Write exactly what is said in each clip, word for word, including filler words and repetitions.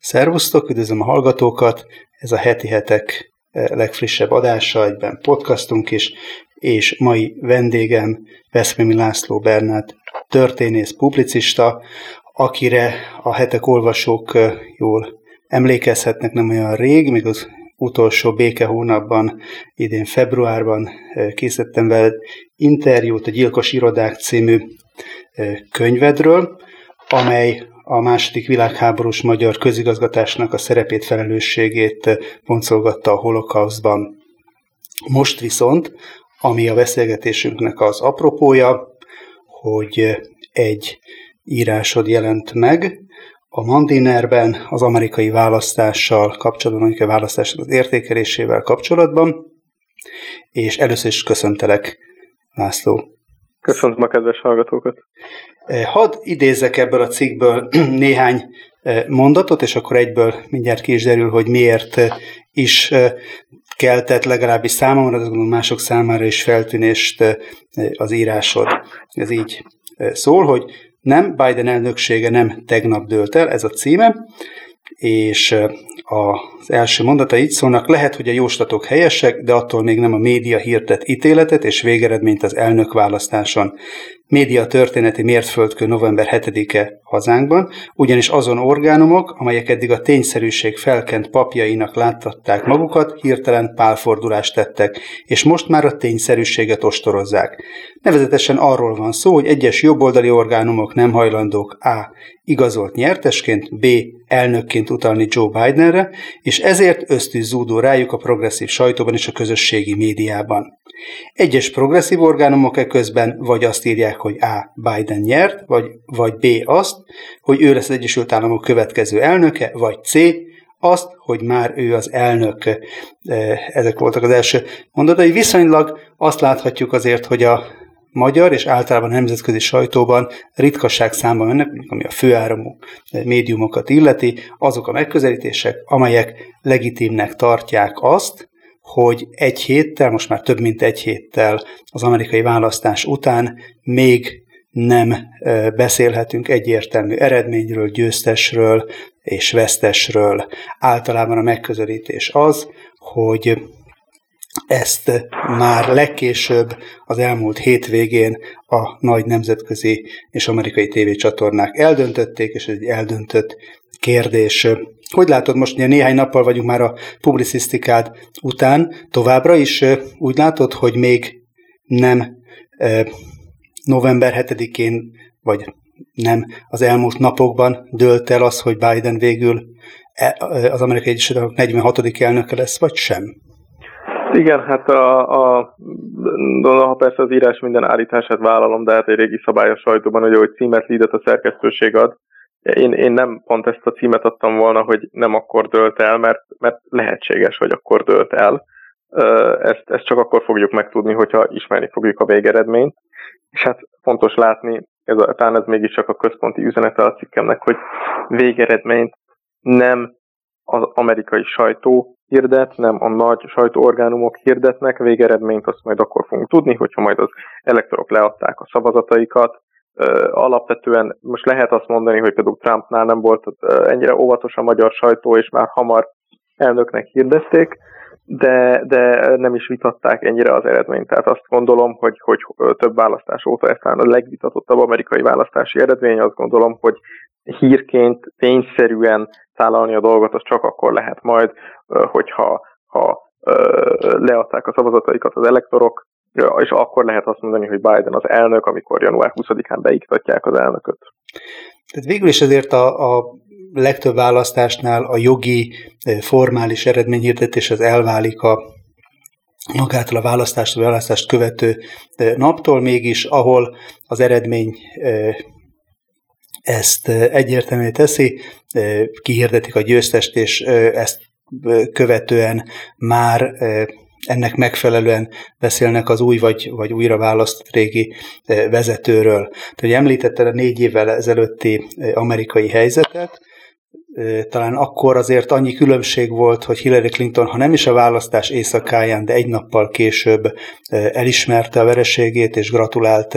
Szervusztok, üdvözlöm a hallgatókat, ez a heti hetek legfrissebb adása, egyben podcastunk is, és mai vendégem Veszprémi László Bernát, történész, publicista, akire a hetek olvasók jól emlékezhetnek, nem olyan rég, még az utolsó béke hónapban, idén februárban készítettem vele interjút a Gyilkos irodák című könyvedről, amely a második világháborús magyar közigazgatásnak a szerepét, felelősségét boncolgatta a holokauszban. Most viszont, ami a beszélgetésünknek az apropója, hogy egy írásod jelent meg a Mandinerben az amerikai választással kapcsolatban, amerikai választás az értékelésével kapcsolatban, és először is köszöntelek, László. Köszöntöm a kedves hallgatókat. Hadd idézzek ebből a cikkből néhány mondatot, és akkor egyből mindjárt ki is derül, hogy miért is keltett legalábbis számomra, de gondolom mások számára is feltűnést az írásod. Ez így szól, hogy nem, Biden elnöksége nem tegnap dőlt el, ez a címe, és az első mondata így szólnak: lehet, hogy a jóslatok helyesek, de attól még nem a média hirdet ítéletet és végeredményt az elnökválasztáson. Média történeti mértföldkő november hetedike hazánkban, ugyanis azon orgánumok, amelyek eddig a tényszerűség felkent papjainak láttatták magukat, hirtelen pálfordulást tettek, és most már a tényszerűséget ostorozzák. Nevezetesen arról van szó, hogy egyes jobboldali orgánumok nem hajlandók a. igazolt nyertesként, b. elnökként utalni Joe Bidenre, és ezért ösztűz zúdul rájuk a progresszív sajtóban és a közösségi médiában. Egyes progresszív orgánumok eközben vagy azt írják, hogy a. Biden nyert, vagy, vagy b. azt, hogy ő lesz az Egyesült Államok következő elnöke, vagy c. azt, hogy már ő az elnök. Ezek voltak az első mondatai. Viszonylag azt láthatjuk azért, hogy a magyar és általában a nemzetközi sajtóban ritkaság számban mennek, ami a főáramú médiumokat illeti, azok a megközelítések, amelyek legitimnek tartják azt, hogy egy héttel, most már több mint egy héttel az amerikai választás után még nem beszélhetünk egyértelmű eredményről, győztesről és vesztesről. Általában a megközelítés az, hogy ezt már legkésőbb az elmúlt hétvégén a nagy nemzetközi és amerikai tévécsatornák eldöntötték, és ez egy eldöntött kérdés. Hogy látod, most ugye néhány nappal vagyunk már a publicisztikád után, továbbra is úgy látod, hogy még nem november hetedikén, vagy nem az elmúlt napokban dőlt el az, hogy Biden végül az Amerikai Egyesült Államok negyvenhatodik elnöke lesz, vagy sem? Igen, hát a, a, ha persze az írás minden állítását vállalom, de hát egy régi szabály a sajtóban, hogy ahogy címet, leadet a szerkesztőség ad. Én, én nem pont ezt a címet adtam volna, hogy nem akkor dőlt el, mert, mert lehetséges, hogy akkor dőlt el. Ezt, ezt csak akkor fogjuk megtudni, hogyha ismerni fogjuk a végeredményt. És hát fontos látni, ez a, talán ez mégiscsak a központi üzenete a cikkemnek, hogy végeredményt nem az amerikai sajtó hirdet, nem a nagy sajtóorgánumok hirdetnek, végeredményt azt majd akkor fogunk tudni, hogyha majd az elektorok leadták a szavazataikat. Alapvetően most lehet azt mondani, hogy például Trumpnál nem volt ennyire óvatos a magyar sajtó, és már hamar elnöknek hirdették, de, de nem is vitatták ennyire az eredményt. Tehát azt gondolom, hogy, hogy több választás óta ez talán a legvitatottabb amerikai választási eredmény, azt gondolom, hogy hírként tényszerűen tálalni a dolgot, az csak akkor lehet majd, hogyha ha, leadták a szavazataikat az elektorok, és akkor lehet azt mondani, hogy Biden az elnök, amikor január huszadikán beiktatják az elnököt. Tehát végül is ezért a, a legtöbb választásnál a jogi, formális eredményhirdetés az elválik a magától a választást, a választást követő naptól, mégis ahol az eredmény ezt egyértelműen teszi, kihirdetik a győztest, és ezt követően már ennek megfelelően beszélnek az új vagy, vagy újra választott régi vezetőről. Tehát említetted a négy évvel ezelőtti amerikai helyzetet, talán akkor azért annyi különbség volt, hogy Hillary Clinton, ha nem is a választás éjszakáján, de egy nappal később elismerte a vereségét, és gratulált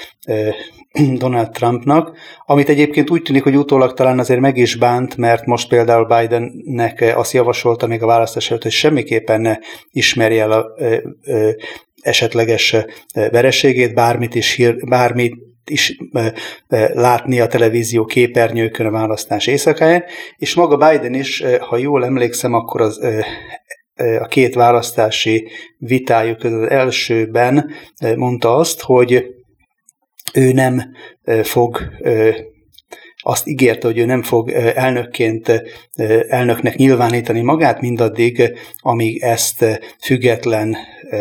Donald Trumpnak, amit egyébként úgy tűnik, hogy utólag talán azért meg is bánt, mert most például Bidennek azt javasolta még a választás előtt, hogy semmiképpen ne ismerje el a esetleges vereségét, bármit is, bármit is látni a televízió képernyőkön a választás éjszakáján, és maga Biden is, ha jól emlékszem, akkor az, a két választási vitájuk között az elsőben mondta azt, hogy ő nem fog, azt ígérte, hogy ő nem fog elnökként elnöknek nyilvánítani magát mindaddig, amíg ezt független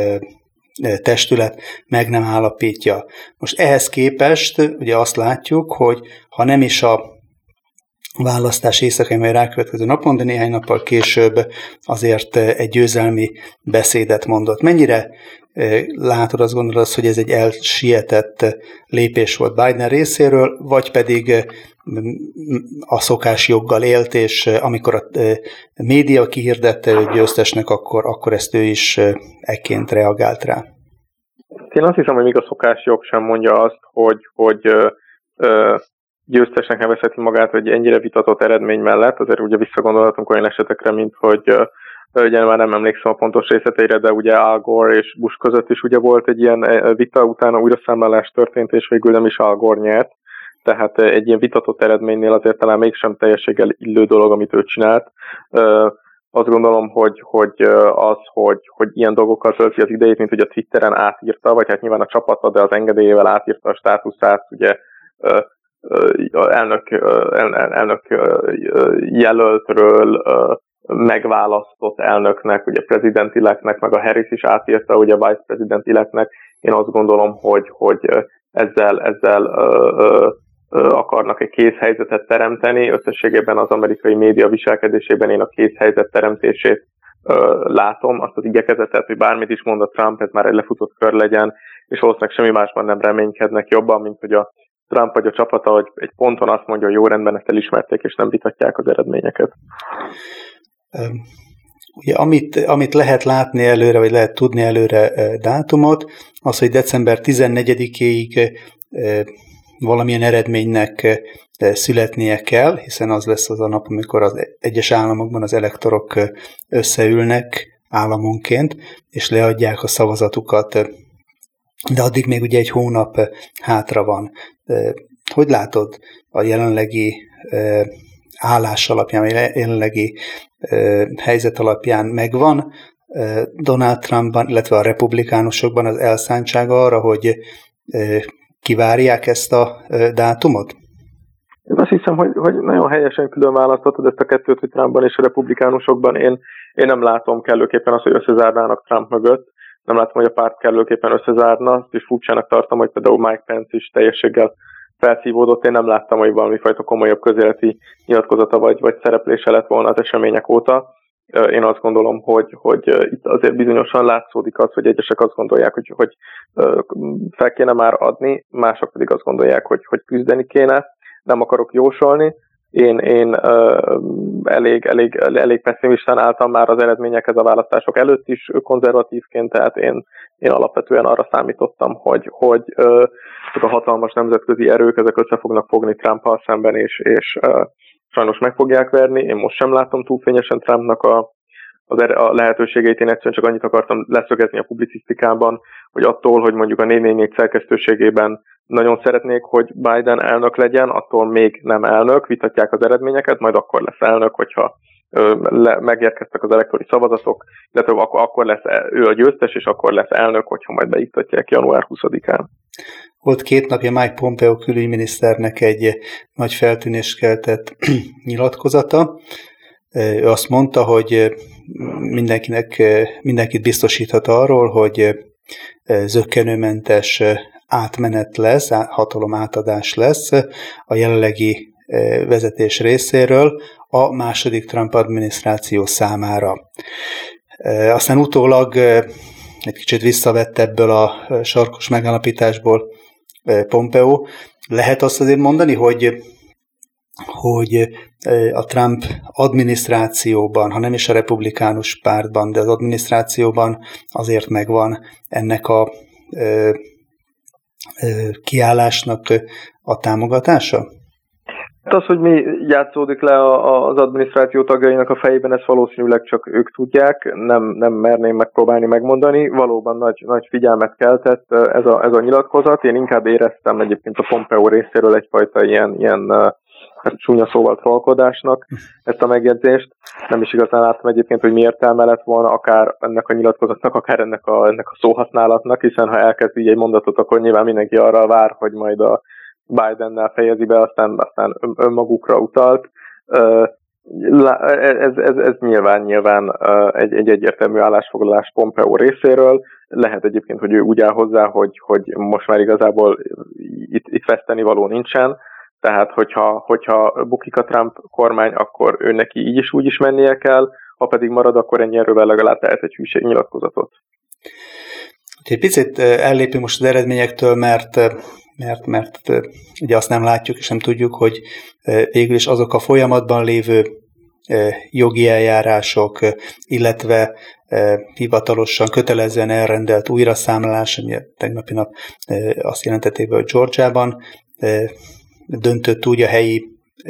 testület meg nem állapítja. Most ehhez képest ugye azt látjuk, hogy ha nem is a választás éjszakai, vagy rákövetkező napon, de néhány nappal később azért egy győzelmi beszédet mondott. Mennyire látod, azt gondolod, hogy ez egy elsietett lépés volt Biden részéről, vagy pedig a szokásjoggal élt, és amikor a média kihirdette őt győztesnek, akkor, akkor ezt ő is ekként reagált rá? Én azt hiszem, hogy még a szokásjog sem mondja azt, hogy, hogy ö, győztesnek nevezheti magát, hogy ennyire vitatott eredmény mellett. Azért ugye visszagondolhatunk olyan esetekre, mint hogy ugye már nem emlékszem a pontos részleteire, de ugye Al Gore és Bush között is ugye volt egy ilyen vita, utána újraszámlálás történt, és végül nem is Al Gore nyert. Tehát egy ilyen vitatott eredménynél azért talán mégsem teljességgel illő dolog, amit ő csinált. Azt gondolom, hogy, hogy az, hogy, hogy ilyen dolgokkal tölti az idejét, mint hogy a Twitteren átírta, vagy hát nyilván a csapata, de az engedélyével átírta a státuszát, ugye elnök, elnök jelöltről megválasztott elnöknek, ugye prezidentileknek, meg a Harris is átírta, ugye a vice prezidentileknek. Én azt gondolom, hogy, hogy ezzel, ezzel akarnak egy készhelyzetet teremteni. Összességében az amerikai média viselkedésében én a készhelyzet teremtését látom, azt az igyekezetet, hogy bármit is mond a Trump, ez már egy lefutott kör legyen, és valószínűleg semmi másban nem reménykednek jobban, mint hogy a Trump vagy a csapata, hogy egy ponton azt mondja, hogy jó, rendben, ezt elismerték, és nem vitatják az eredményeket. Ugye, amit, amit lehet látni előre, vagy lehet tudni előre dátumot, az, hogy december tizennegyedikéig valamilyen eredménynek születnie kell, hiszen az lesz az a nap, amikor az egyes államokban az elektorok összeülnek államonként, és leadják a szavazatukat, de addig még ugye egy hónap hátra van. Hogy látod a jelenlegi állás alapján, vagy jelenlegi helyzet alapján megvan Donald Trumpban, illetve a republikánusokban az elszántsága arra, hogy kivárják ezt a dátumot? Én azt hiszem, hogy, hogy nagyon helyesen külön választottad ezt a kettőt, hogy Trumpban és a republikánusokban. Én, én nem látom kellőképpen azt, hogy összezárnának Trump mögött. Nem látom, hogy a párt kellőképpen összezárna. Azt is furcsának tartom, hogy például Mike Pence is teljességgel felszívódott. Én nem láttam, hogy valami fajta komolyabb közéleti nyilatkozata vagy, vagy szereplése lett volna az események óta. Én azt gondolom, hogy, hogy itt azért bizonyosan látszódik az, hogy egyesek azt gondolják, hogy, hogy fel kéne már adni, mások pedig azt gondolják, hogy, hogy küzdeni kéne. Nem akarok jósolni. Én, én elég, elég, elég pessimistán álltam már az eredményekhez a választások előtt is konzervatívként, tehát én, én alapvetően arra számítottam, hogy, hogy ezek a hatalmas nemzetközi erők, ezek össze fognak fogni Trumpal szemben, és, és sajnos meg fogják verni. Én most sem látom túl fényesen Trumpnak a, a lehetőségeit. Én egyszerűen csak annyit akartam leszögezni a publicisztikában, hogy attól, hogy mondjuk a négy négy négy szerkesztőségében nagyon szeretnék, hogy Biden elnök legyen, attól még nem elnök, vitatják az eredményeket, majd akkor lesz elnök, hogyha le, megérkeztek az elektori szavazatok, illetve akkor, akkor lesz ő a győztes, és akkor lesz elnök, hogyha majd beiktatják január huszadikán. Volt két napja Mike Pompeo külügyminiszternek egy nagy feltűnést keltett nyilatkozata. Ő azt mondta, hogy mindenkinek, mindenkit biztosíthat arról, hogy zökkenőmentes átmenet lesz, hatalom átadás lesz a jelenlegi vezetés részéről a második Trump adminisztráció számára. Aztán utólag egy kicsit visszavett ebből a sarkos megállapításból Pompeo. Lehet azt azért mondani, hogy hogy a Trump adminisztrációban, ha nem is a republikánus pártban, de az adminisztrációban azért megvan ennek a ö, ö, kiállásnak a támogatása? Az, hogy mi játszódik le az adminisztráció tagjainak a fejében, ezt valószínűleg csak ők tudják, nem, nem merném megpróbálni megmondani. Valóban nagy, nagy figyelmet keltett ez a, ez a nyilatkozat. Én inkább éreztem egyébként a Pompeo részéről egyfajta ilyen, ilyen hát csúnya szóval trollkodásnak ezt a megjegyzést. Nem is igazán láttam egyébként, hogy mi értelme lett volna akár ennek a nyilatkozatnak, akár ennek a, ennek a szóhasználatnak, hiszen ha elkezd így egy mondatot, akkor nyilván mindenki arra vár, hogy majd a Bidennel fejezi be, aztán, aztán ön, önmagukra utalt. Ez, ez, ez nyilván, nyilván egy, egy egyértelmű állásfoglalás Pompeo részéről. Lehet egyébként, hogy ő úgy áll hozzá, hogy, hogy most már igazából itt, itt veszteni való nincsen. Tehát, hogyha, hogyha bukik a Trump kormány, akkor ő neki így is úgy is mennie kell, ha pedig marad, akkor ennyi erővel legalább tehet egy hűségnyilatkozatot. Egy picit ellépünk most az eredményektől, mert, mert, mert ugye azt nem látjuk és nem tudjuk, hogy végül is azok a folyamatban lévő jogi eljárások, illetve hivatalosan kötelezően elrendelt újraszámlálás, ugye tegnapi nap azt jelentették be, hogy Georgiában döntött úgy a helyi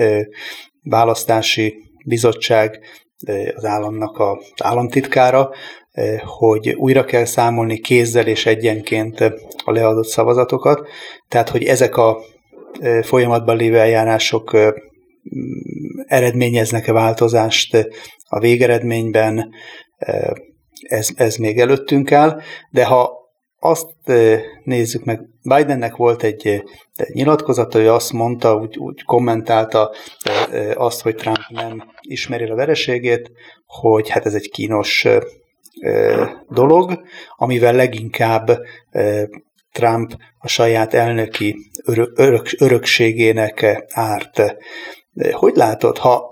választási bizottság, az államnak az államtitkára, hogy újra kell számolni kézzel és egyenként a leadott szavazatokat. Tehát, hogy ezek a folyamatban lévő eljárások eredményeznek-e változást a végeredményben, ez, ez még előttünk áll. De ha azt nézzük meg, Bidennek volt egy, egy nyilatkozata, ő azt mondta, úgy, úgy kommentálta azt, hogy Trump nem ismeri a vereségét, hogy hát ez egy kínos dolog, amivel leginkább Trump a saját elnöki örök, örök, örökségének árt. Hogy látod, ha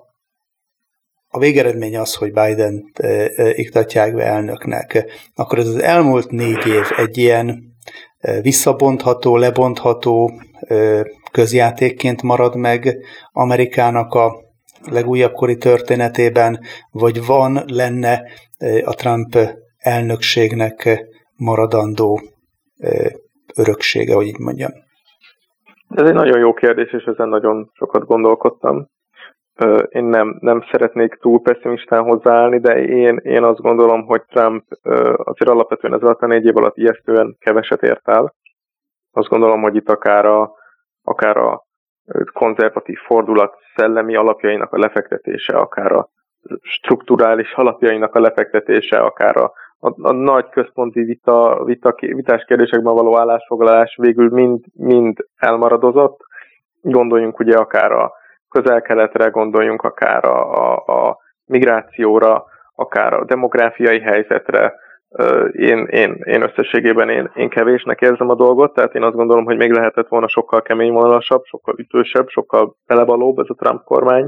a végeredmény az, hogy Bident iktatják be elnöknek, akkor ez az elmúlt négy év egy ilyen visszabontható, lebontható közjátékként marad meg Amerikának a legújabb kori történetében, vagy van, lenne a Trump elnökségnek maradandó öröksége, hogy így mondjam? Ez egy nagyon jó kérdés, és ezen nagyon sokat gondolkodtam. Én nem, nem szeretnék túl pessimistán hozzáállni, de én, én azt gondolom, hogy Trump azért alapvetően ez alatt a négy év alatt ijesztően keveset ért el. Azt gondolom, hogy itt akár a, akár a konzervatív fordulat szellemi alapjainak a lefektetése, akár a strukturális alapjainak a lefektetése, akár a, a, a nagy központi vita, vita, vitás kérdésekben való állásfoglalás végül mind, mind elmaradozott. Gondoljunk ugye akár a Közel-Keletre, gondoljunk akár a, a, a migrációra, akár a demográfiai helyzetre. Én, én, én összességében én, én kevésnek érzem a dolgot, tehát én azt gondolom, hogy még lehetett volna sokkal keményvonalasabb, sokkal ütősebb, sokkal belevalóbb ez a Trump kormány.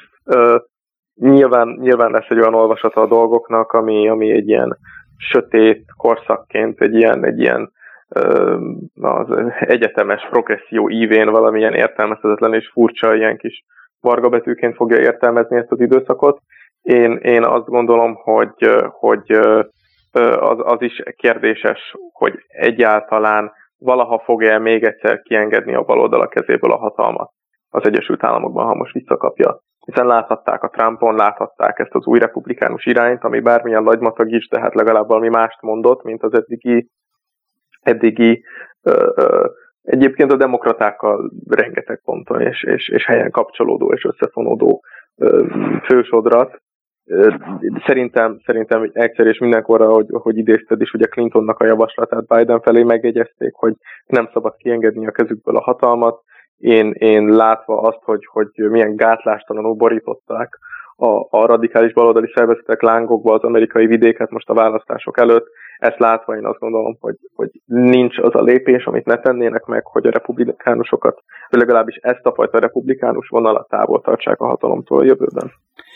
Nyilván, nyilván lesz egy olyan olvasata a dolgoknak, ami, ami egy ilyen sötét korszakként, egy ilyen, egy ilyen az egyetemes progresszió ívén valamilyen értelmezhetetlen és furcsa ilyen kis vargabetűként fogja értelmezni ezt az időszakot. Én, én azt gondolom, hogy, hogy az, az is kérdéses, hogy egyáltalán valaha fogja még egyszer kiengedni a baloldal a kezéből a hatalmat az Egyesült Államokban, ha most visszakapja. Hiszen láthatták a Trumpon, láthatták ezt az új republikánus irányt, ami bármilyen lagymatag is, de hát legalább valami mást mondott, mint az eddigi eddigi ö, ö, egyébként a demokratákkal rengeteg ponton és, és, és helyen kapcsolódó és összefonódó ö, fősodrat. Ö, szerintem, szerintem egyszer és mindenkorra, hogy, hogy idézted is, ugye Clintonnak a javaslatát Biden felé megjegyezték, hogy nem szabad kiengedni a kezükből a hatalmat. Én, én látva azt, hogy, hogy milyen gátlástalanul borították a, a radikális baloldali szervezetek lángokba az amerikai vidéket most a választások előtt, ezt látva én azt gondolom, hogy, hogy nincs az a lépés, amit ne tennének meg, hogy a republikánusokat, vagy legalábbis ezt a fajta republikánus vonalat távol tartsák a hatalomtól a jövőben.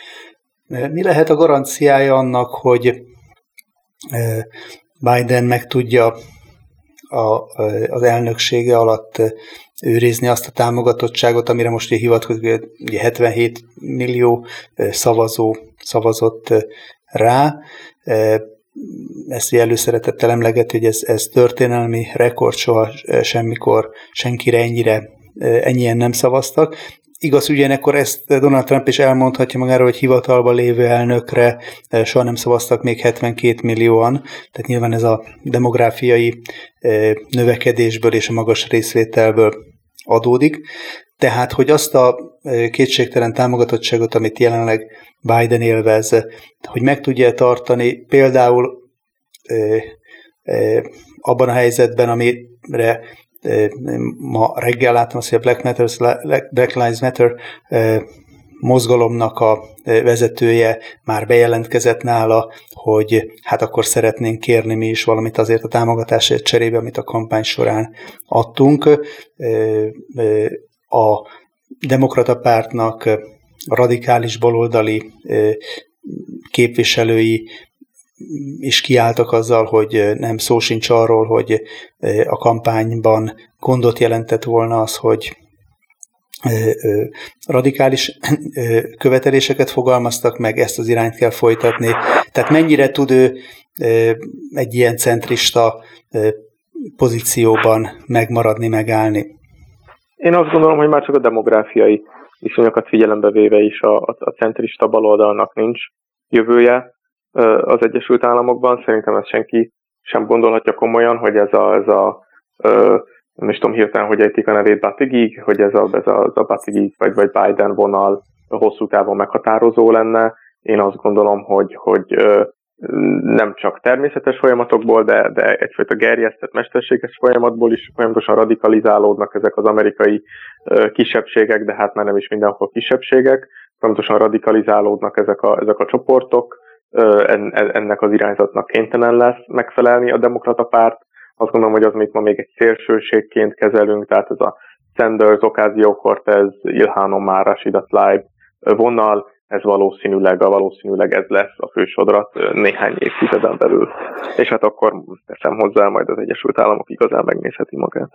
Mi lehet a garanciája annak, hogy Biden meg tudja a, az elnöksége alatt őrizni azt a támogatottságot, amire most ugye hivatkozik, ugye hetvenhét millió szavazó szavazott rá. Ezt előszeretettel emlegeti, hogy ez, ez történelmi rekord, soha semmikor senkire ennyire, ennyien nem szavaztak. Igaz, ugyanekkor ezt Donald Trump is elmondhatja magáról, hogy hivatalban lévő elnökre soha nem szavaztak még hetvenkét millióan, tehát nyilván ez a demográfiai növekedésből és a magas részvételből adódik. Tehát, hogy azt a kétségtelen támogatottságot, amit jelenleg Biden élvez, hogy meg tudja tartani például abban a helyzetben, amire ma reggel láttam azt, hogy a Black, Matters, Black Lives Matter mozgalomnak a vezetője már bejelentkezett nála, hogy hát akkor szeretnénk kérni mi is valamit azért a támogatásért cserébe, amit a kampány során adtunk. A demokrata pártnak a radikális baloldali képviselői is kiálltak azzal, hogy nem szó sincs arról, hogy a kampányban gondot jelentett volna az, hogy radikális követeléseket fogalmaztak meg, ezt az irányt kell folytatni. Tehát mennyire tud ő egy ilyen centrista pozícióban megmaradni, megállni? Én azt gondolom, hogy már csak a demográfiai viszonyokat figyelembe véve is a, a centrista baloldalnak nincs jövője az Egyesült Államokban. Szerintem ezt senki sem gondolhatja komolyan, hogy ez a, ez a nem is tudom hirtelen, hogy ejtik a nevét, Buttigieg, hogy ez a, ez a, ez a Buttigieg vagy, vagy Biden vonal hosszú távon meghatározó lenne. Én azt gondolom, hogy, hogy nem csak természetes folyamatokból, de, de egyfajta gerjesztett mesterséges folyamatból is folyamatosan radikalizálódnak ezek az amerikai kisebbségek, de hát már nem is mindenhol kisebbségek. Folyamatosan radikalizálódnak ezek a, ezek a csoportok, ennek az irányzatnak kénytelen lesz megfelelni a demokrata párt. Azt gondolom, hogy az, amit ma még egy szélsőségként kezelünk, tehát ez a Sanders, Ocasio-Cortez, Ilhan Omar, Rashida Tlaib vonal, ez valószínűleg, a valószínűleg ez lesz a fősodrat néhány évtizeden belül. És hát akkor teszem hozzá, majd az Egyesült Államok igazán megnézheti magát.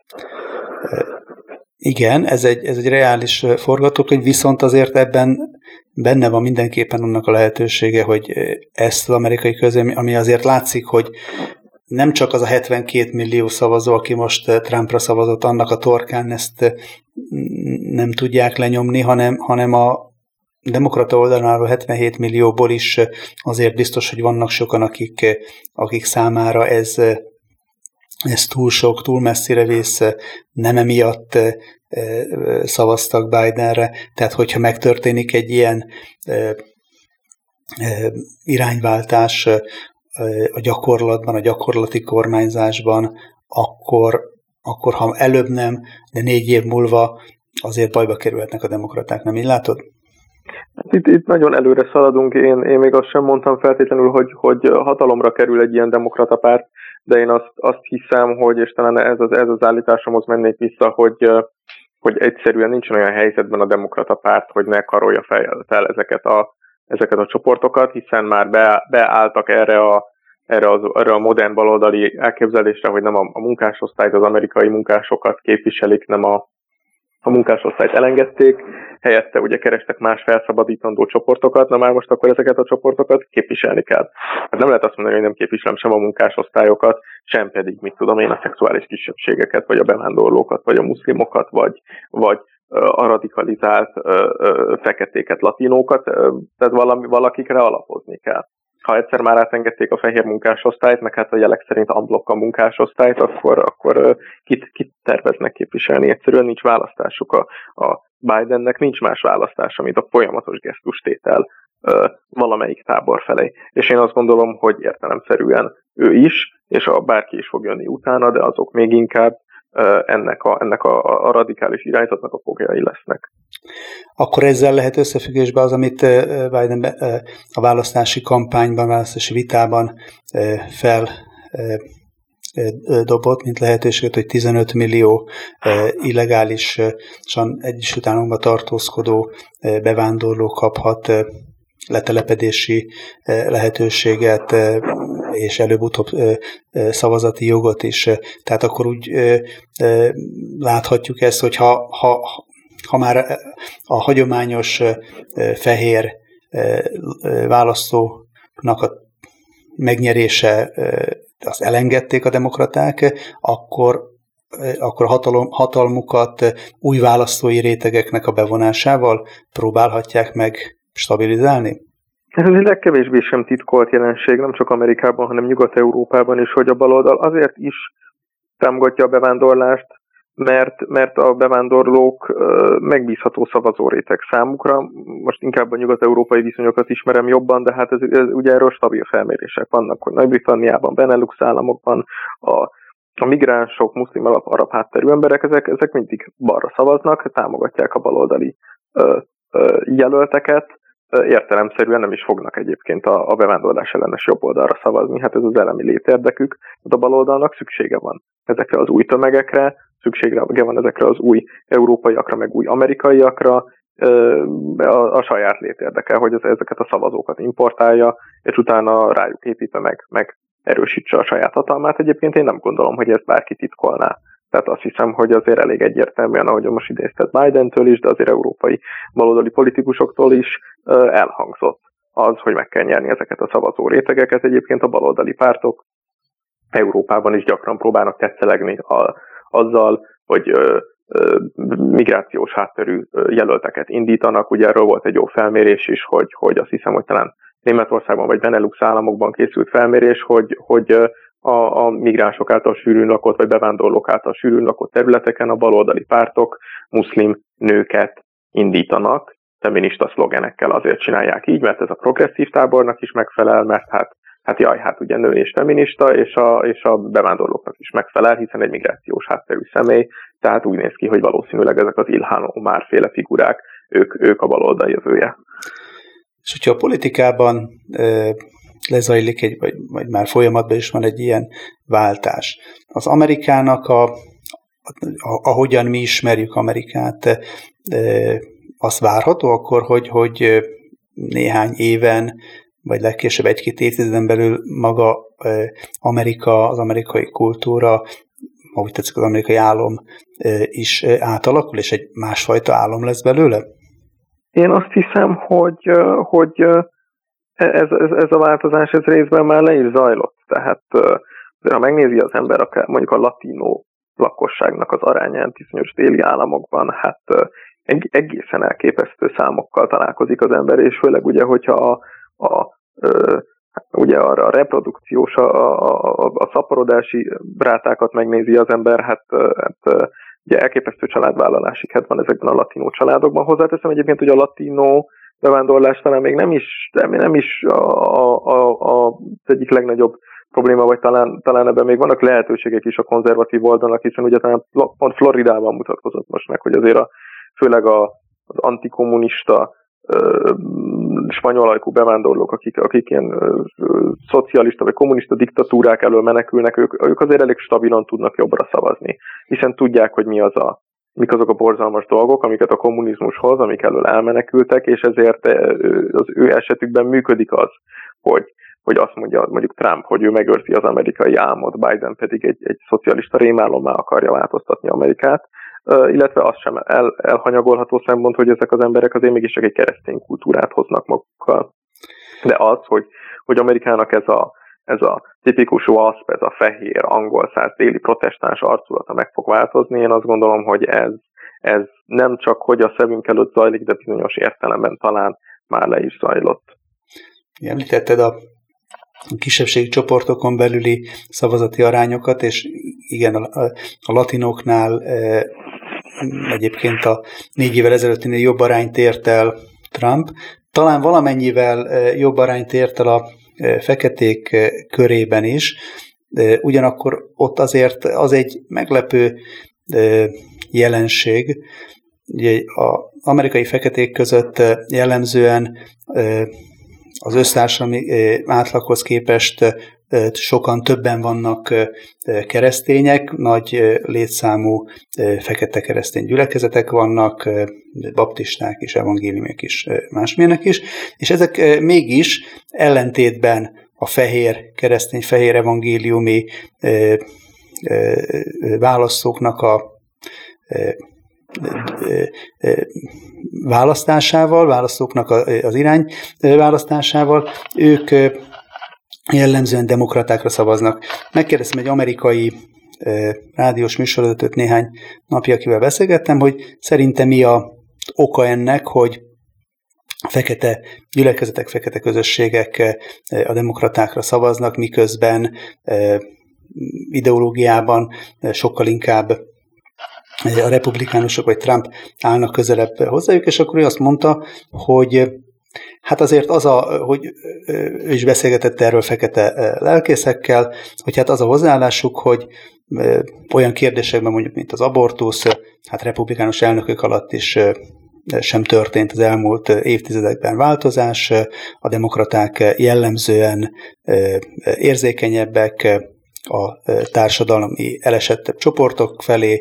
Igen, ez egy, ez egy reális forgatókönyv, viszont azért ebben benne van mindenképpen annak a lehetősége, hogy ezt az amerikai közvélemény, ami azért látszik, hogy nem csak az a hetvenkét millió szavazó, aki most Trumpra szavazott, annak a torkán ezt nem tudják lenyomni, hanem, hanem a demokrata oldaláról hetvenhét millióból is azért biztos, hogy vannak sokan, akik, akik számára ez, ez túl sok, túl messzire vész, nem emiatt szavaztak Bidenre. Tehát, hogyha megtörténik egy ilyen irányváltás a gyakorlatban, a gyakorlati kormányzásban, akkor, akkor ha előbb nem, de négy év múlva azért bajba kerülhetnek a demokraták, nem így látod? Itt, itt nagyon előre szaladunk, én, én még azt sem mondtam feltétlenül, hogy, hogy hatalomra kerül egy ilyen demokrata párt, de én azt, azt hiszem, hogy, és talán ez az, ez az állításomhoz mennék vissza, hogy, hogy egyszerűen nincs olyan helyzetben a demokrata párt, hogy ne karolja fel, fel ezeket, a, ezeket a csoportokat, hiszen már be, beálltak erre a, erre, az, erre a modern baloldali elképzelésre, hogy nem a, a munkásosztályt, az amerikai munkásokat képviselik, nem a a munkásosztályt elengedték, helyette ugye kerestek más felszabadítandó csoportokat, na már most akkor ezeket a csoportokat képviselni kell. Hát nem lehet azt mondani, hogy nem képviselem sem a munkásosztályokat, sem pedig, mit tudom én, a szexuális kisebbségeket, vagy a bevándorlókat, vagy a muszlimokat, vagy, vagy a radikalizált ö, ö, feketéket, latinókat, ö, tehát valami, valakikre alapozni kell. Ha egyszer már átengedték a fehér munkásosztályt, meg hát a jelek szerint unblock a munkásosztályt, akkor, akkor kit, kit terveznek képviselni. Egyszerűen nincs választásuk. A, a Bidennek nincs más választása, mint a folyamatos gesztustétel valamelyik tábor felé. És én azt gondolom, hogy értelemszerűen ő is, és a bárki is fog jönni utána, de azok még inkább ennek a, ennek a, a radikális irányzatnak a foglyai lesznek. Akkor ezzel lehet összefüggésben az, amit Biden a választási kampányban, választási vitában fel dobott, mint lehetőséget, hogy tizenöt millió illegálisan Egyesült Államokban tartózkodó bevándorló kaphat letelepedési lehetőséget, és előbb-utóbb szavazati jogot is. Tehát akkor úgy láthatjuk ezt, hogy ha, ha, ha már a hagyományos fehér választónak a megnyerése azt elengedték a demokraták, akkor, akkor a hatalom, hatalmukat új választói rétegeknek a bevonásával próbálhatják meg stabilizálni? Ez egy legkevésbé sem titkolt jelenség, nem csak Amerikában, hanem Nyugat-Európában is, hogy a baloldal azért is támogatja a bevándorlást, mert, mert a bevándorlók megbízható szavazóréteg számukra. Most inkább a nyugat-európai viszonyokat ismerem jobban, de hát ez, ez ugye erről stabil felmérések vannak, hogy Nagy-Britanniában, Benelux államokban a, a migránsok, muszlim alap, arab hátterű emberek, ezek, ezek mindig balra szavaznak, támogatják a baloldali ö, ö, jelölteket, értelemszerűen nem is fognak egyébként a, a bevándorlás ellenes jobb oldalra szavazni, hát ez az elemi létérdekük, de a baloldalnak szüksége van ezekre az új tömegekre, szüksége van ezekre az új európaiakra, meg új amerikaiakra, a, a saját létérdeke, hogy ez, ezeket a szavazókat importálja, és utána rájuk építve meg, meg erősítse a saját hatalmát. Egyébként én nem gondolom, hogy ezt bárki titkolná. Tehát azt hiszem, hogy azért elég egyértelműen, ahogy most idézted Bidentől is, de azért európai baloldali politikusoktól is elhangzott az, hogy meg kell nyerni ezeket a szavazó rétegeket. Egyébként a baloldali pártok Európában is gyakran próbálnak tetszelegni a, azzal, hogy ö, ö, migrációs hátterű jelölteket indítanak. Ugye erről volt egy jó felmérés is, hogy, hogy azt hiszem, hogy talán Németországban vagy Benelux államokban készült felmérés, hogy, hogy a, a migránsok által sűrűn lakott, vagy bevándorlók által sűrűn lakott területeken a baloldali pártok muszlim nőket indítanak, feminista szlogenekkel azért csinálják így, mert ez a progresszív tábornak is megfelel, mert hát, hát jaj, hát ugye nő és feminista, és a, és a bevándorlóknak is megfelel, hiszen egy migrációs hátterű személy, tehát úgy néz ki, hogy valószínűleg ezek az Ilhan Omar féle figurák, ők, ők a baloldal jövője. És hogyha a politikában e, lezajlik egy, vagy, vagy már folyamatban is van egy ilyen váltás, az Amerikának a, a, a ahogyan mi ismerjük Amerikát, e, az várható akkor, hogy, hogy néhány éven, vagy legkésőbb egy-két évtizeden belül maga Amerika, az amerikai kultúra, ahogy tetszik az amerikai álom is átalakul, és egy másfajta álom lesz belőle? Én azt hiszem, hogy, hogy ez, ez, ez a változás ez részben már le is zajlott. Tehát ha megnézi az ember akár mondjuk a latinó lakosságnak az arányát bizonyos déli államokban, hát egészen elképesztő számokkal találkozik az ember, és főleg ugye, hogyha a, a, a, ugye arra a reprodukciós, a, a, a, a szaporodási rátákat megnézi az ember, hát, hát ugye elképesztő családvállalási kedv van ezekben a latinó családokban. Hozzáteszem egyébként, hogy a latinó bevándorlás talán még nem is, nem is a, a, a, a, az egyik legnagyobb probléma, vagy talán, talán ebben még vannak lehetőségek is a konzervatív oldalnak, hiszen ugye talán pont Floridában mutatkozott most meg, hogy azért a, főleg a, az antikommunista ö, spanyol ajkú bevándorlók, akik, akik ilyen ö, ö, szocialista vagy kommunista diktatúrák elől menekülnek, ők, ők azért elég stabilan tudnak jobbra szavazni, hiszen tudják, hogy mi az a, mik azok a borzalmas dolgok, amiket a kommunizmus hoz, amik elől elmenekültek, és ezért az ő esetükben működik az, hogy hogy azt mondja mondjuk Trump, hogy ő megőrzi az amerikai álmot, Biden pedig egy, egy szocialista rémálommá akarja változtatni Amerikát, uh, illetve az sem el, elhanyagolható szempont, hogy ezek az emberek azért mégiscsak egy keresztény kultúrát hoznak magukkal. De az, hogy, hogy Amerikának ez a, ez a tipikus WASP, ez a fehér, angol száz, déli protestáns arculata meg fog változni, én azt gondolom, hogy ez, ez nem csak hogy a szemünk előtt zajlik, de bizonyos értelemben talán már le is zajlott. Említetted a kisebbségi csoportokon belüli szavazati arányokat, és igen, a, a latinoknál e, egyébként a négy évvel ezelőttinél jobb arányt ért el Trump. Talán valamennyivel e, jobb arányt ért el a e, feketék e, körében is, e, ugyanakkor ott azért az egy meglepő e, jelenség. Ugye az amerikai feketék között jellemzően e, az össztársadalmi átlaghoz képest sokan többen vannak keresztények, nagy létszámú fekete keresztény gyülekezetek vannak, baptisták és evangéliumok is, másmilyenek is, és ezek mégis ellentétben a fehér keresztény, fehér evangéliumi választóknak a választásával, választóknak az irány választásával, ők jellemzően demokratákra szavaznak. Megkérdeztem egy amerikai rádiós műsorvezetőt néhány napja, akivel beszélgettem, hogy szerintem mi a oka ennek, hogy fekete gyülekezetek, fekete közösségek a demokratákra szavaznak, miközben ideológiában sokkal inkább a republikánusok vagy Trump állnak közelebb hozzájuk, és akkor ő azt mondta, hogy hát azért az a, hogy ő is beszélgetett erről fekete lelkészekkel, hogy hát az a hozzáállásuk, hogy olyan kérdésekben mondjuk, mint az abortusz, hát republikánus elnökök alatt is sem történt az elmúlt évtizedekben változás, a demokraták jellemzően érzékenyebbek a társadalmi elesettebb csoportok felé,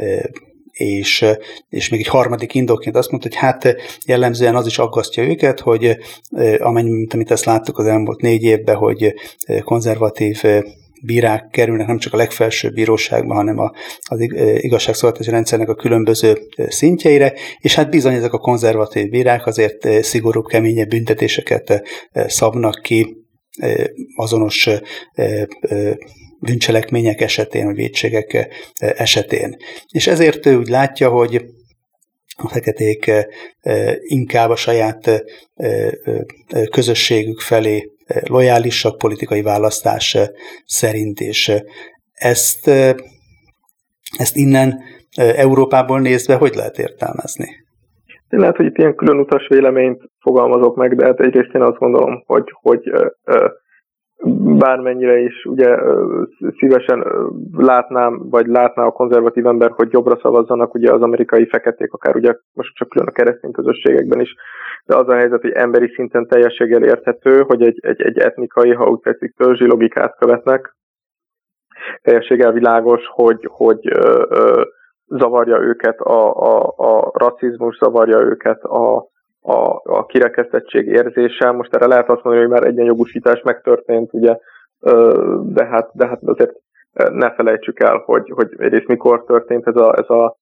és, és még egy harmadik indokként azt mondta, hogy hát jellemzően az is aggasztja őket, hogy amennyi, amit ezt láttuk az elmúlt négy évben, hogy konzervatív bírák kerülnek nem csak a legfelsőbb bíróságba, hanem az igazságszolgáltatási rendszernek a különböző szintjeire, és hát bizony ezek a konzervatív bírák azért szigorúbb, keményebb büntetéseket szabnak ki azonos bűncselekmények esetén, vagy vétségek esetén. És ezért ő úgy látja, hogy a feketék inkább a saját közösségük felé lojálisak politikai választás szerint, és ezt, ezt innen Európából nézve hogy lehet értelmezni? Én lehet, hogy itt ilyen külön utas véleményt fogalmazok meg, de hát egyrészt én azt gondolom, hogy, hogy bármennyire is ugye szívesen látnám, vagy látná a konzervatív ember, hogy jobbra szavazzanak ugye az amerikai feketék, akár ugye most csak külön a keresztény közösségekben is, de az a helyzet, hogy emberi szinten teljességgel érthető, hogy egy, egy, egy etnikai, ha úgy tetszik, törzsi logikát követnek. Teljességgel világos, hogy, hogy ö, ö, zavarja őket a, a, a rasszizmus, zavarja őket a A, a kirekesztettség érzése. Most erre lehet azt mondani, hogy már egyenjogúsítás megtörtént, ugye, de hát, de hát azért ne felejtsük el, hogy, hogy egyrészt mikor történt ez a, ez a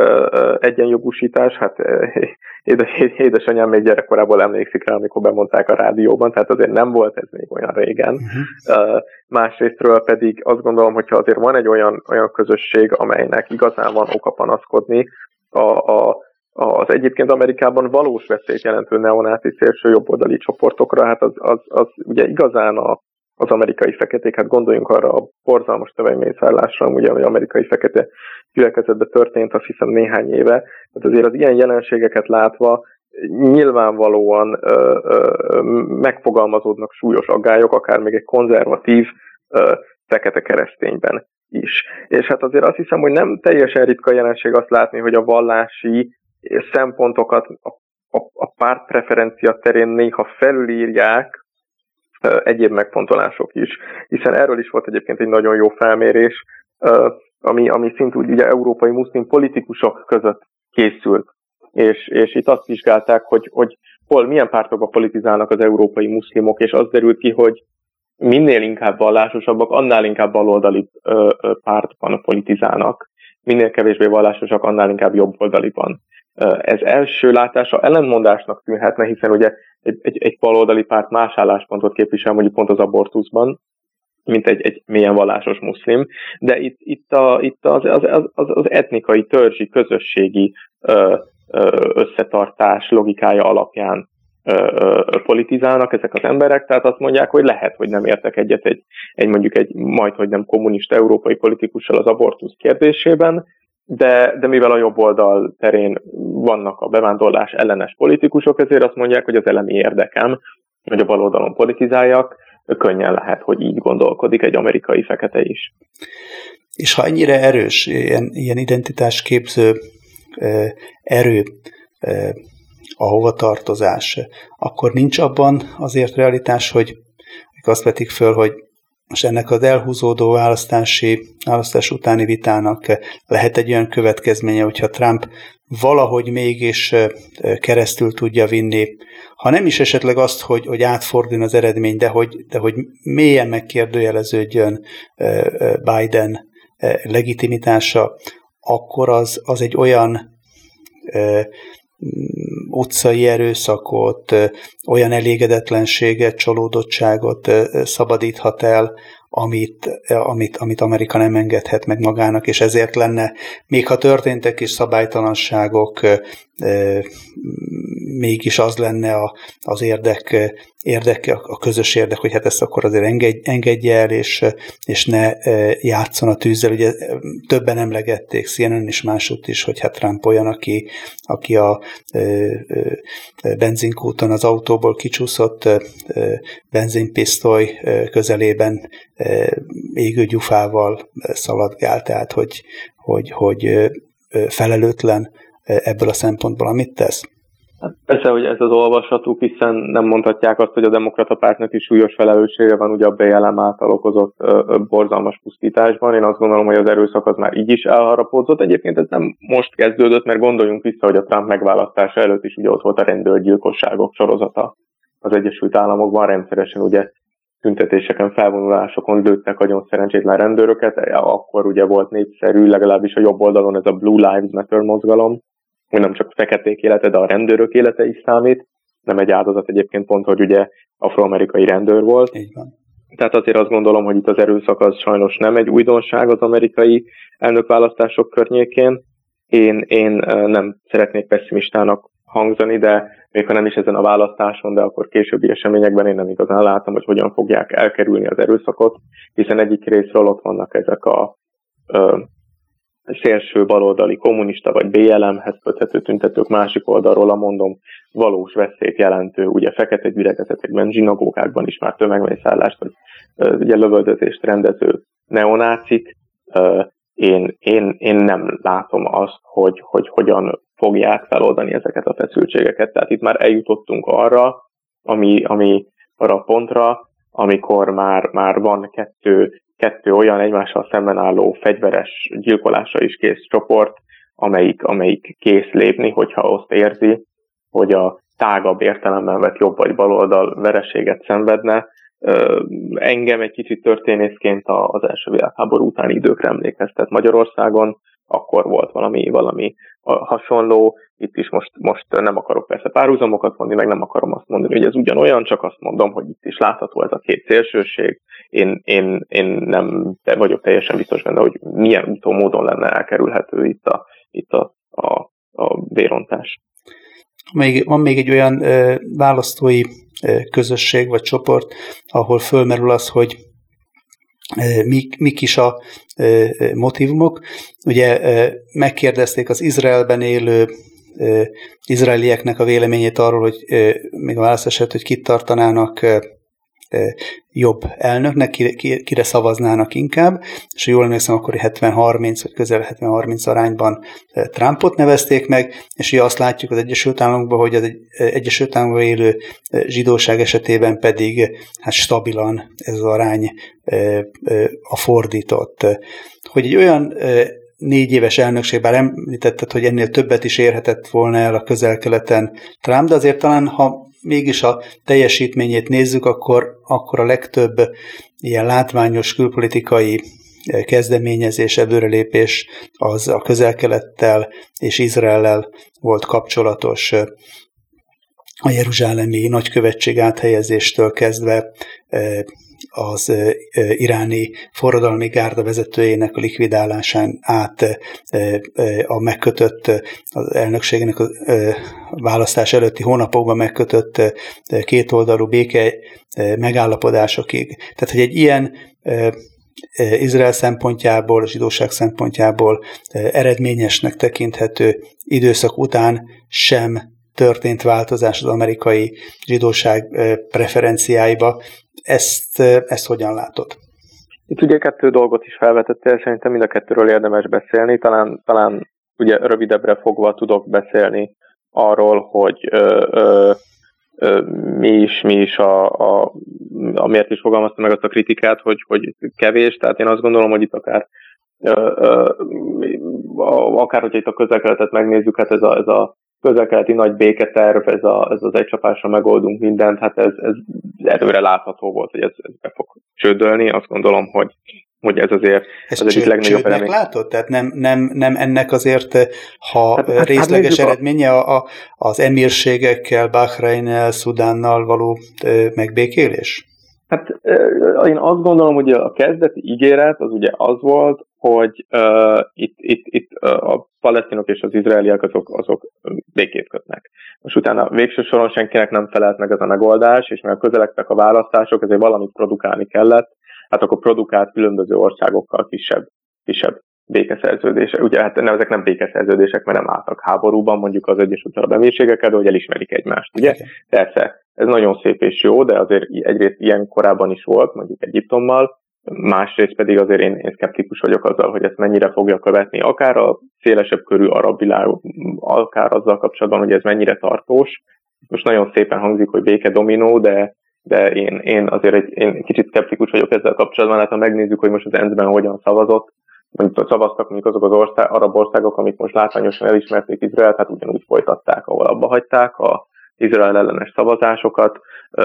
egyenjogúsítás. Hát édes, édesanyám még gyerekkorából emlékszik rá, amikor bemondták a rádióban, tehát azért nem volt ez még olyan régen. Uh-huh. Másrésztről pedig azt gondolom, hogyha azért van egy olyan, olyan közösség, amelynek igazán van oka panaszkodni, a, a az egyébként Amerikában valós veszélyt jelentő neonáci szélső jobboldali csoportokra, hát az, az, az ugye igazán a, az amerikai feketék, hát gondoljunk arra a borzalmas tömegmészárlásra, ugye, hogy amerikai fekete gyülekezetben történt, azt hiszem néhány éve. Tehát azért az ilyen jelenségeket látva nyilvánvalóan ö, ö, megfogalmazódnak súlyos aggályok, akár még egy konzervatív ö, fekete keresztényben is. És hát azért azt hiszem, hogy nem teljesen ritka jelenség azt látni, hogy a vallási szempontokat a, a, a pártpreferencia terén néha felülírják uh, egyéb megfontolások is, hiszen erről is volt egyébként egy nagyon jó felmérés, uh, ami, ami szintúgy ugye európai muszlim politikusok között készült, és, és itt azt vizsgálták, hogy, hogy hol, milyen pártokba politizálnak az európai muszlimok, és az derült ki, hogy minél inkább vallásosabbak, annál inkább baloldali uh, pártban politizálnak, minél kevésbé vallásosak, annál inkább jobboldaliban. Ez első látásra ellentmondásnak tűnhetne, hiszen ugye egy, egy, egy baloldali párt más álláspontot képvisel, mondjuk pont az abortuszban, mint egy, egy mélyen vallásos muszlim, de itt, itt, a, itt az, az, az, az etnikai, törzsi, közösségi ö, ö, összetartás logikája alapján ö, ö, politizálnak ezek az emberek, tehát azt mondják, hogy lehet, hogy nem értek egyet egy, egy mondjuk egy majdhogy nem kommunista európai politikussal az abortusz kérdésében, De, de mivel a jobb oldal terén vannak a bevándorlás ellenes politikusok, ezért azt mondják, hogy az elemi érdekem, hogy a bal oldalon politizáljak, könnyen lehet, hogy így gondolkodik egy amerikai fekete is. És ha ennyire erős, ilyen, ilyen identitásképző eh, erő eh, a hovatartozás, akkor nincs abban azért realitás, hogy azt vetik föl, hogy most ennek az elhúzódó választási, választás utáni vitának lehet egy olyan következménye, hogyha Trump valahogy mégis keresztül tudja vinni, ha nem is esetleg azt, hogy, hogy átforduljon az eredmény, de hogy, de hogy mélyen megkérdőjeleződjön Biden legitimitása, akkor az, az egy olyan utcai erőszakot, olyan elégedetlenséget, csalódottságot szabadíthat el, amit, amit, amit Amerika nem engedhet meg magának, és ezért lenne, még ha történtek is szabálytalanságok, mégis az lenne a, az érdek, érdek, a közös érdek, hogy hát ezt akkor azért engedj, engedje el, és, és ne játszon a tűzzel. Ugye többen emlegették, C N N is másutt is, hogy hát Trump olyan, aki, aki a benzinkúton az autóból kicsúszott benzinpisztoly közelében égő gyufával szaladgál, tehát hogy, hogy, hogy felelőtlen ebből a szempontból, amit tesz? Persze, hogy ez az olvasatuk, hiszen nem mondhatják azt, hogy a demokrata pártnak is súlyos felelőssége van ugye a B L M által okozott ö, borzalmas pusztításban. Én azt gondolom, hogy az erőszak az már így is elharapódzott. Egyébként ez nem most kezdődött, mert gondoljunk vissza, hogy a Trump megválasztása előtt is ugye ott volt a rendőrgyilkosságok sorozata az Egyesült Államokban, rendszeresen ugye tüntetéseken, felvonulásokon lőttek nagyon szerencsétlen rendőröket, akkor ugye volt népszerű, legalábbis a jobb oldalon ez a Blue Lives Matter mozgalom, hogy nem csak a feketék élete, de a rendőrök élete is számít. Nem egy áldozat egyébként pont, hogy ugye afroamerikai rendőr volt. Így van. Tehát azért azt gondolom, hogy itt az erőszak az sajnos nem egy újdonság az amerikai elnökválasztások környékén. Én, én nem szeretnék pessimistának hangzani, de még ha nem is ezen a választáson, de akkor későbbi eseményekben én nem igazán látom, hogy hogyan fogják elkerülni az erőszakot, hiszen egyik részről ott vannak ezek a ö, szélső baloldali kommunista vagy B L M-hez köthető tüntetők, másik oldalról a mondom valós veszélyt jelentő, ugye fekete gyülekezetekben, zsinagógákban is már tömegmészállást, vagy ö, ugye lövöldözést rendező neonácik. Ö, én, én, én nem látom azt, hogy, hogy hogyan fogják feloldani ezeket a feszültségeket. Tehát itt már eljutottunk arra, ami, ami arra a pontra, amikor már, már van kettő, kettő olyan egymással szemben álló fegyveres gyilkolásra is kész csoport, amelyik, amelyik kész lépni, hogyha azt érzi, hogy a tágabb értelemben vett jobb vagy baloldal vereséget szenvedne. Engem egy kicsit történészként az első világháború utáni időkre emlékeztet Magyarországon, akkor volt valami, valami hasonló, itt is most, most nem akarok persze párhuzamokat mondani, meg nem akarom azt mondani, hogy ez ugyanolyan, csak azt mondom, hogy itt is látható ez a két szélsőség. Én, én, én nem vagyok teljesen biztos benne, hogy milyen úton módon lenne elkerülhető itt a, itt a, a, a vérontás. Még, van még egy olyan ö, választói ö, közösség vagy csoport, ahol fölmerül az, hogy Mik, mik is a e, motivumok. Ugye e, megkérdezték az Izraelben élő e, izraelieknek a véleményét arról, hogy e, még a választás előtt, hogy kit tartanának e, e, jobb elnöknek, kire, kire szavaznának inkább, és ha jól emlékszem, akkor hetven harminc, vagy közel hetven harminc arányban Trumpot nevezték meg, és ugye azt látjuk az Egyesült Államokban, hogy az Egyesült Államokban élő zsidóság esetében pedig hát stabilan ez az arány a fordított. Hogy egy olyan négy éves elnökség, bár említetted, hogy ennél többet is érhetett volna el a Közel-Keleten Trump, de azért talán, ha mégis a teljesítményét nézzük, akkor, akkor a legtöbb ilyen látványos külpolitikai kezdeményezés, előrelépés az a Közel-Kelettel és Izraellel volt kapcsolatos. A jeruzsálemi nagykövetség áthelyezéstől kezdve az iráni forradalmi gárda vezetőjének a likvidálásán át a megkötött, az elnökségnek a választás előtti hónapokban megkötött kétoldalú béke megállapodásokig. Tehát, hogy egy ilyen Izrael szempontjából, a zsidóság szempontjából eredményesnek tekinthető időszak után sem történt változás az amerikai zsidóság preferenciáiba. Ezt, ezt hogyan látod? Itt ugye kettő dolgot is felvetettél, szerintem mind a kettőről érdemes beszélni, talán, talán ugye rövidebbre fogva tudok beszélni arról, hogy ö, ö, ö, mi is, mi is a, a amiért is fogalmazta meg azt a kritikát, hogy, hogy kevés, tehát én azt gondolom, hogy itt akár ö, ö, akár, hogyha itt a közel-keletet megnézzük, hát ez a, ez a közel-keleti nagy béketerv, ez, a, ez az egy csapásra megoldunk mindent, hát ez, ez előre látható volt, hogy ez, ez be fog csődölni. Azt gondolom, hogy, hogy ez azért ez az egyik legnagyobb eredmény. Látod? Tehát nem, nem, nem ennek azért, ha hát, részleges hát eredménye a, a, az emírségekkel, Bahreinnel, Szudánnal való megbékélés? Hát én azt gondolom, hogy a kezdeti ígéret az ugye az volt, hogy uh, itt, itt, itt uh, a palesztinok és az izraeliek azok, azok békét kötnek. Most utána végső soron senkinek nem felelt meg ez a megoldás, és mivel közelegtek a választások, ezért valamit produkálni kellett, hát akkor produkált különböző országokkal kisebb, kisebb békeszerződések. Ugye hát nem, ezek nem békeszerződések, mert nem álltak háborúban, mondjuk az Egyesült Arab Emírségekkel, de hogy elismerik egymást. Ugye? Okay. Persze, ez nagyon szép és jó, de azért egyrészt ilyen korábban is volt, mondjuk Egyiptommal, másrészt pedig azért én, én szkeptikus vagyok azzal, hogy ezt mennyire fogja követni, akár a szélesebb körű arab világ, akár azzal kapcsolatban, hogy ez mennyire tartós. Most nagyon szépen hangzik, hogy béke dominó, de, de én, én azért egy én kicsit szkeptikus vagyok ezzel kapcsolatban, hát ha megnézzük, hogy most az é en cé-ben hogyan szavazott, mondjuk szavaztak mondjuk azok az ország, arab országok, amik most látványosan elismerték Izraelt, hát ugyanúgy folytatták, ahol abba hagyták a Izrael ellenes szavazásokat.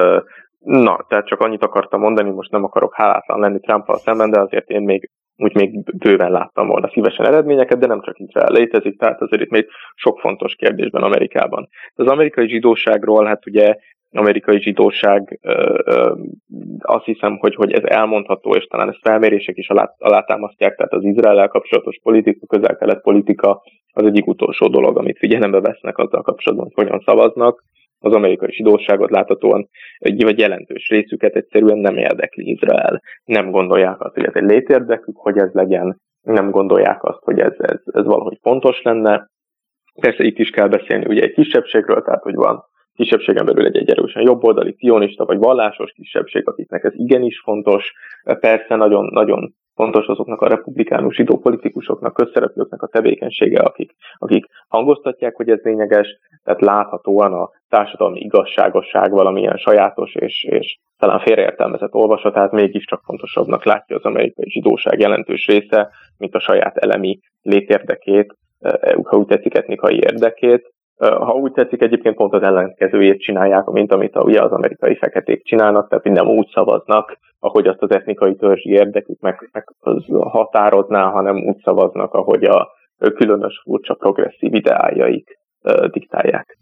Na, tehát csak annyit akartam mondani, most nem akarok hálátlan lenni Trumpal szemben, de azért én még úgy még bőven láttam volna szívesen eredményeket, de nem csak Izrael létezik, tehát azért itt még sok fontos kérdésben Amerikában. Az amerikai zsidóságról, hát ugye amerikai zsidóság, ö, ö, azt hiszem, hogy, hogy ez elmondható, és talán ezt felmérések is alá, alátámasztják, tehát az Izraellel kapcsolatos politika, közel-kelet politika az egyik utolsó dolog, amit figyelembe vesznek azzal kapcsolatban, hogy hogyan szavaznak. Az amerikai zsidóságot láthatóan, vagy jelentős részüket egyszerűen nem érdekli Izrael. Nem gondolják azt, hogy ez egy létérdekük, hogy ez legyen, nem gondolják azt, hogy ez, ez, ez valahogy fontos lenne. Persze itt is kell beszélni ugye egy kisebbségről, tehát hogy van kisebbségen belül egy, egy erősen jobboldali, cionista vagy vallásos kisebbség, akiknek ez igenis fontos. Persze nagyon, nagyon fontos azoknak a republikánus zsidó politikusoknak, közszereplőknek a tevékenysége, akik, akik hangoztatják, hogy ez lényeges, tehát láthatóan a társadalmi igazságosság valamilyen sajátos és, és talán félreértelmezett olvasatát mégiscsak fontosabbnak látja az amerikai zsidóság jelentős része, mint a saját elemi létérdekét, ha úgy tetszik, etnikai érdekét. Ha úgy tetszik, egyébként pont az ellenkezőjét csinálják, mint amit a, ugye az amerikai feketék csinálnak, tehát nem úgy szavaznak, ahogy azt az etnikai törzsi érdekük meg, meg határozná, hanem úgy szavaznak, ahogy a különös furcsa progresszív ideájaik uh, diktálják.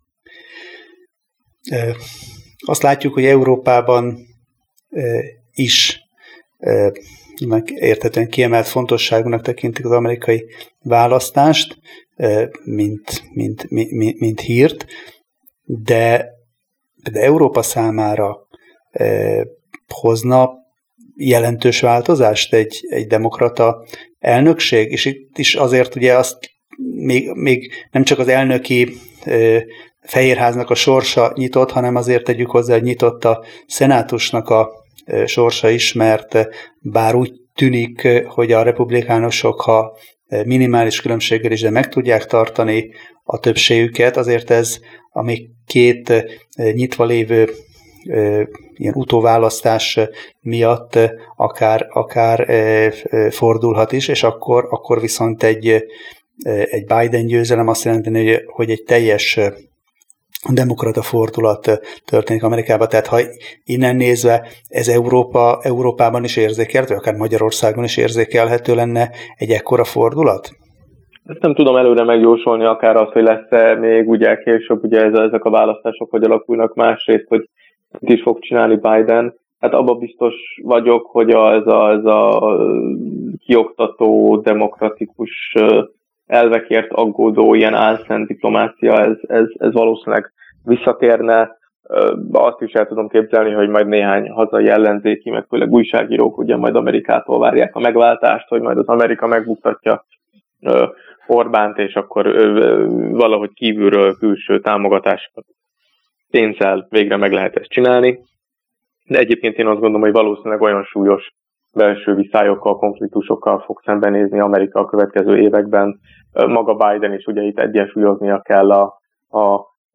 Azt látjuk, hogy Európában is érthetően kiemelt fontosságúnak tekintik az amerikai választást, mint, mint, mint, mint hírt, de, de Európa számára hozna jelentős változást egy, egy demokrata elnökség, és itt is azért ugye azt még, még nem csak az elnöki Fehérháznak a sorsa nyitott, hanem azért tegyük hozzá, hogy nyitott a szenátusnak a sorsa is, mert bár úgy tűnik, hogy a republikánusok, ha minimális különbséggel is, de meg tudják tartani a többségüket, azért ez a még két nyitva lévő ilyen utóválasztás miatt akár, akár fordulhat is, és akkor, akkor viszont egy, egy Biden győzelem azt jelenti, hogy egy teljes demokrata fordulat történik Amerikában. Tehát ha innen nézve ez Európa, Európában is érzékelhető, akár Magyarországon is érzékelhető lenne egy ekkora fordulat? Ezt nem tudom előre megjósolni, akár az, hogy lesz-e még ugye később, ugye ezek a választások hogy alakulnak, másrészt, hogy mit is fog csinálni Biden. Hát abban biztos vagyok, hogy a, ez, a, ez a kioktató, demokratikus elvekért aggódó ilyen álszent diplomácia, ez, ez, ez valószínűleg visszatérne. Azt is el tudom képzelni, hogy majd néhány hazai ellenzéki, meg főleg újságírók ugye majd Amerikától várják a megváltást, hogy majd az Amerika megbuktatja Orbánt, és akkor valahogy kívülről külső támogatásokat pénzzel végre meg lehet ezt csinálni. De egyébként én azt gondolom, hogy valószínűleg olyan súlyos belső viszályokkal, konfliktusokkal fog szembenézni Amerika a következő években. Maga Biden is ugye itt egyensúlyoznia kell a, a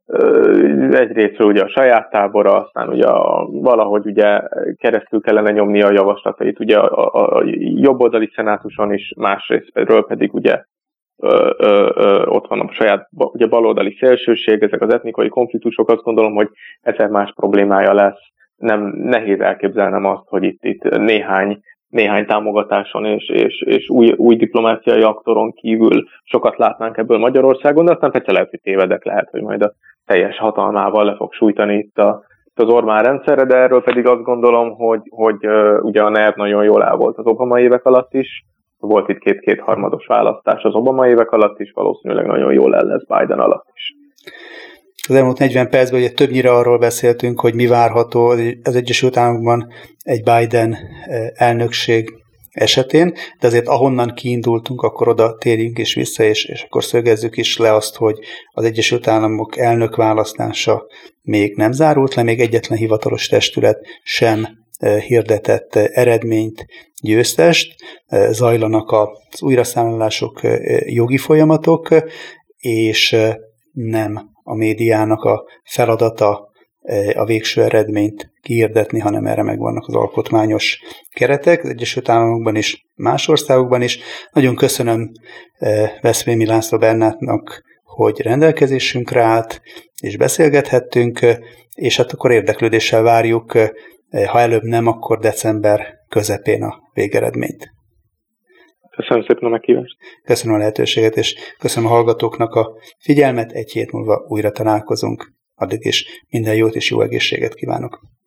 egyrésztről ugye a saját tábora, aztán ugye a, valahogy ugye keresztül kellene nyomni a javaslatait, ugye a, a, a jobboldali szenátuson is, másrésztről pedig ugye Ö, ö, ö, ott van a saját ugye baloldali szélsőség, ezek az etnikai konfliktusok, azt gondolom, hogy ezer más problémája lesz. Nem nehéz elképzelnem azt, hogy itt, itt néhány, néhány támogatáson és, és, és új, új diplomáciai aktoron kívül sokat látnánk ebből Magyarországon, de aztán persze lehet, hogy tévedek, lehet, hogy majd a teljes hatalmával le fog sújtani itt a az Orbán rendszerre, de erről pedig azt gondolom, hogy, hogy uh, ugye a NERV nagyon jól el volt az Obama évek alatt is, volt itt két-két harmados választás az Obama évek alatt is, valószínűleg nagyon jól el lesz Biden alatt is. Az elmúlt negyven percben ugye többnyire arról beszéltünk, hogy mi várható az Egyesült Államokban egy Biden elnökség esetén, de azért ahonnan kiindultunk, akkor oda térjünk is vissza, és, és akkor szögezzük is le azt, hogy az Egyesült Államok elnökválasztása még nem zárult le, még egyetlen hivatalos testület sem hirdetett eredményt, győztest, zajlanak az újraszámlálások, jogi folyamatok, és nem a médiának a feladata a végső eredményt kihirdetni, hanem erre megvannak az alkotmányos keretek, az Egyesült Államokban is, más országokban is. Nagyon köszönöm Veszprémi László Bernátnak, hogy rendelkezésünkre állt, és beszélgethettünk, és hát akkor érdeklődéssel várjuk, ha előbb nem, akkor december közepén a végeredményt. Köszönöm szépen a meghívást. Köszönöm a lehetőséget, és köszönöm a hallgatóknak a figyelmet. Egy hét múlva újra találkozunk. Addig is minden jót és jó egészséget kívánok.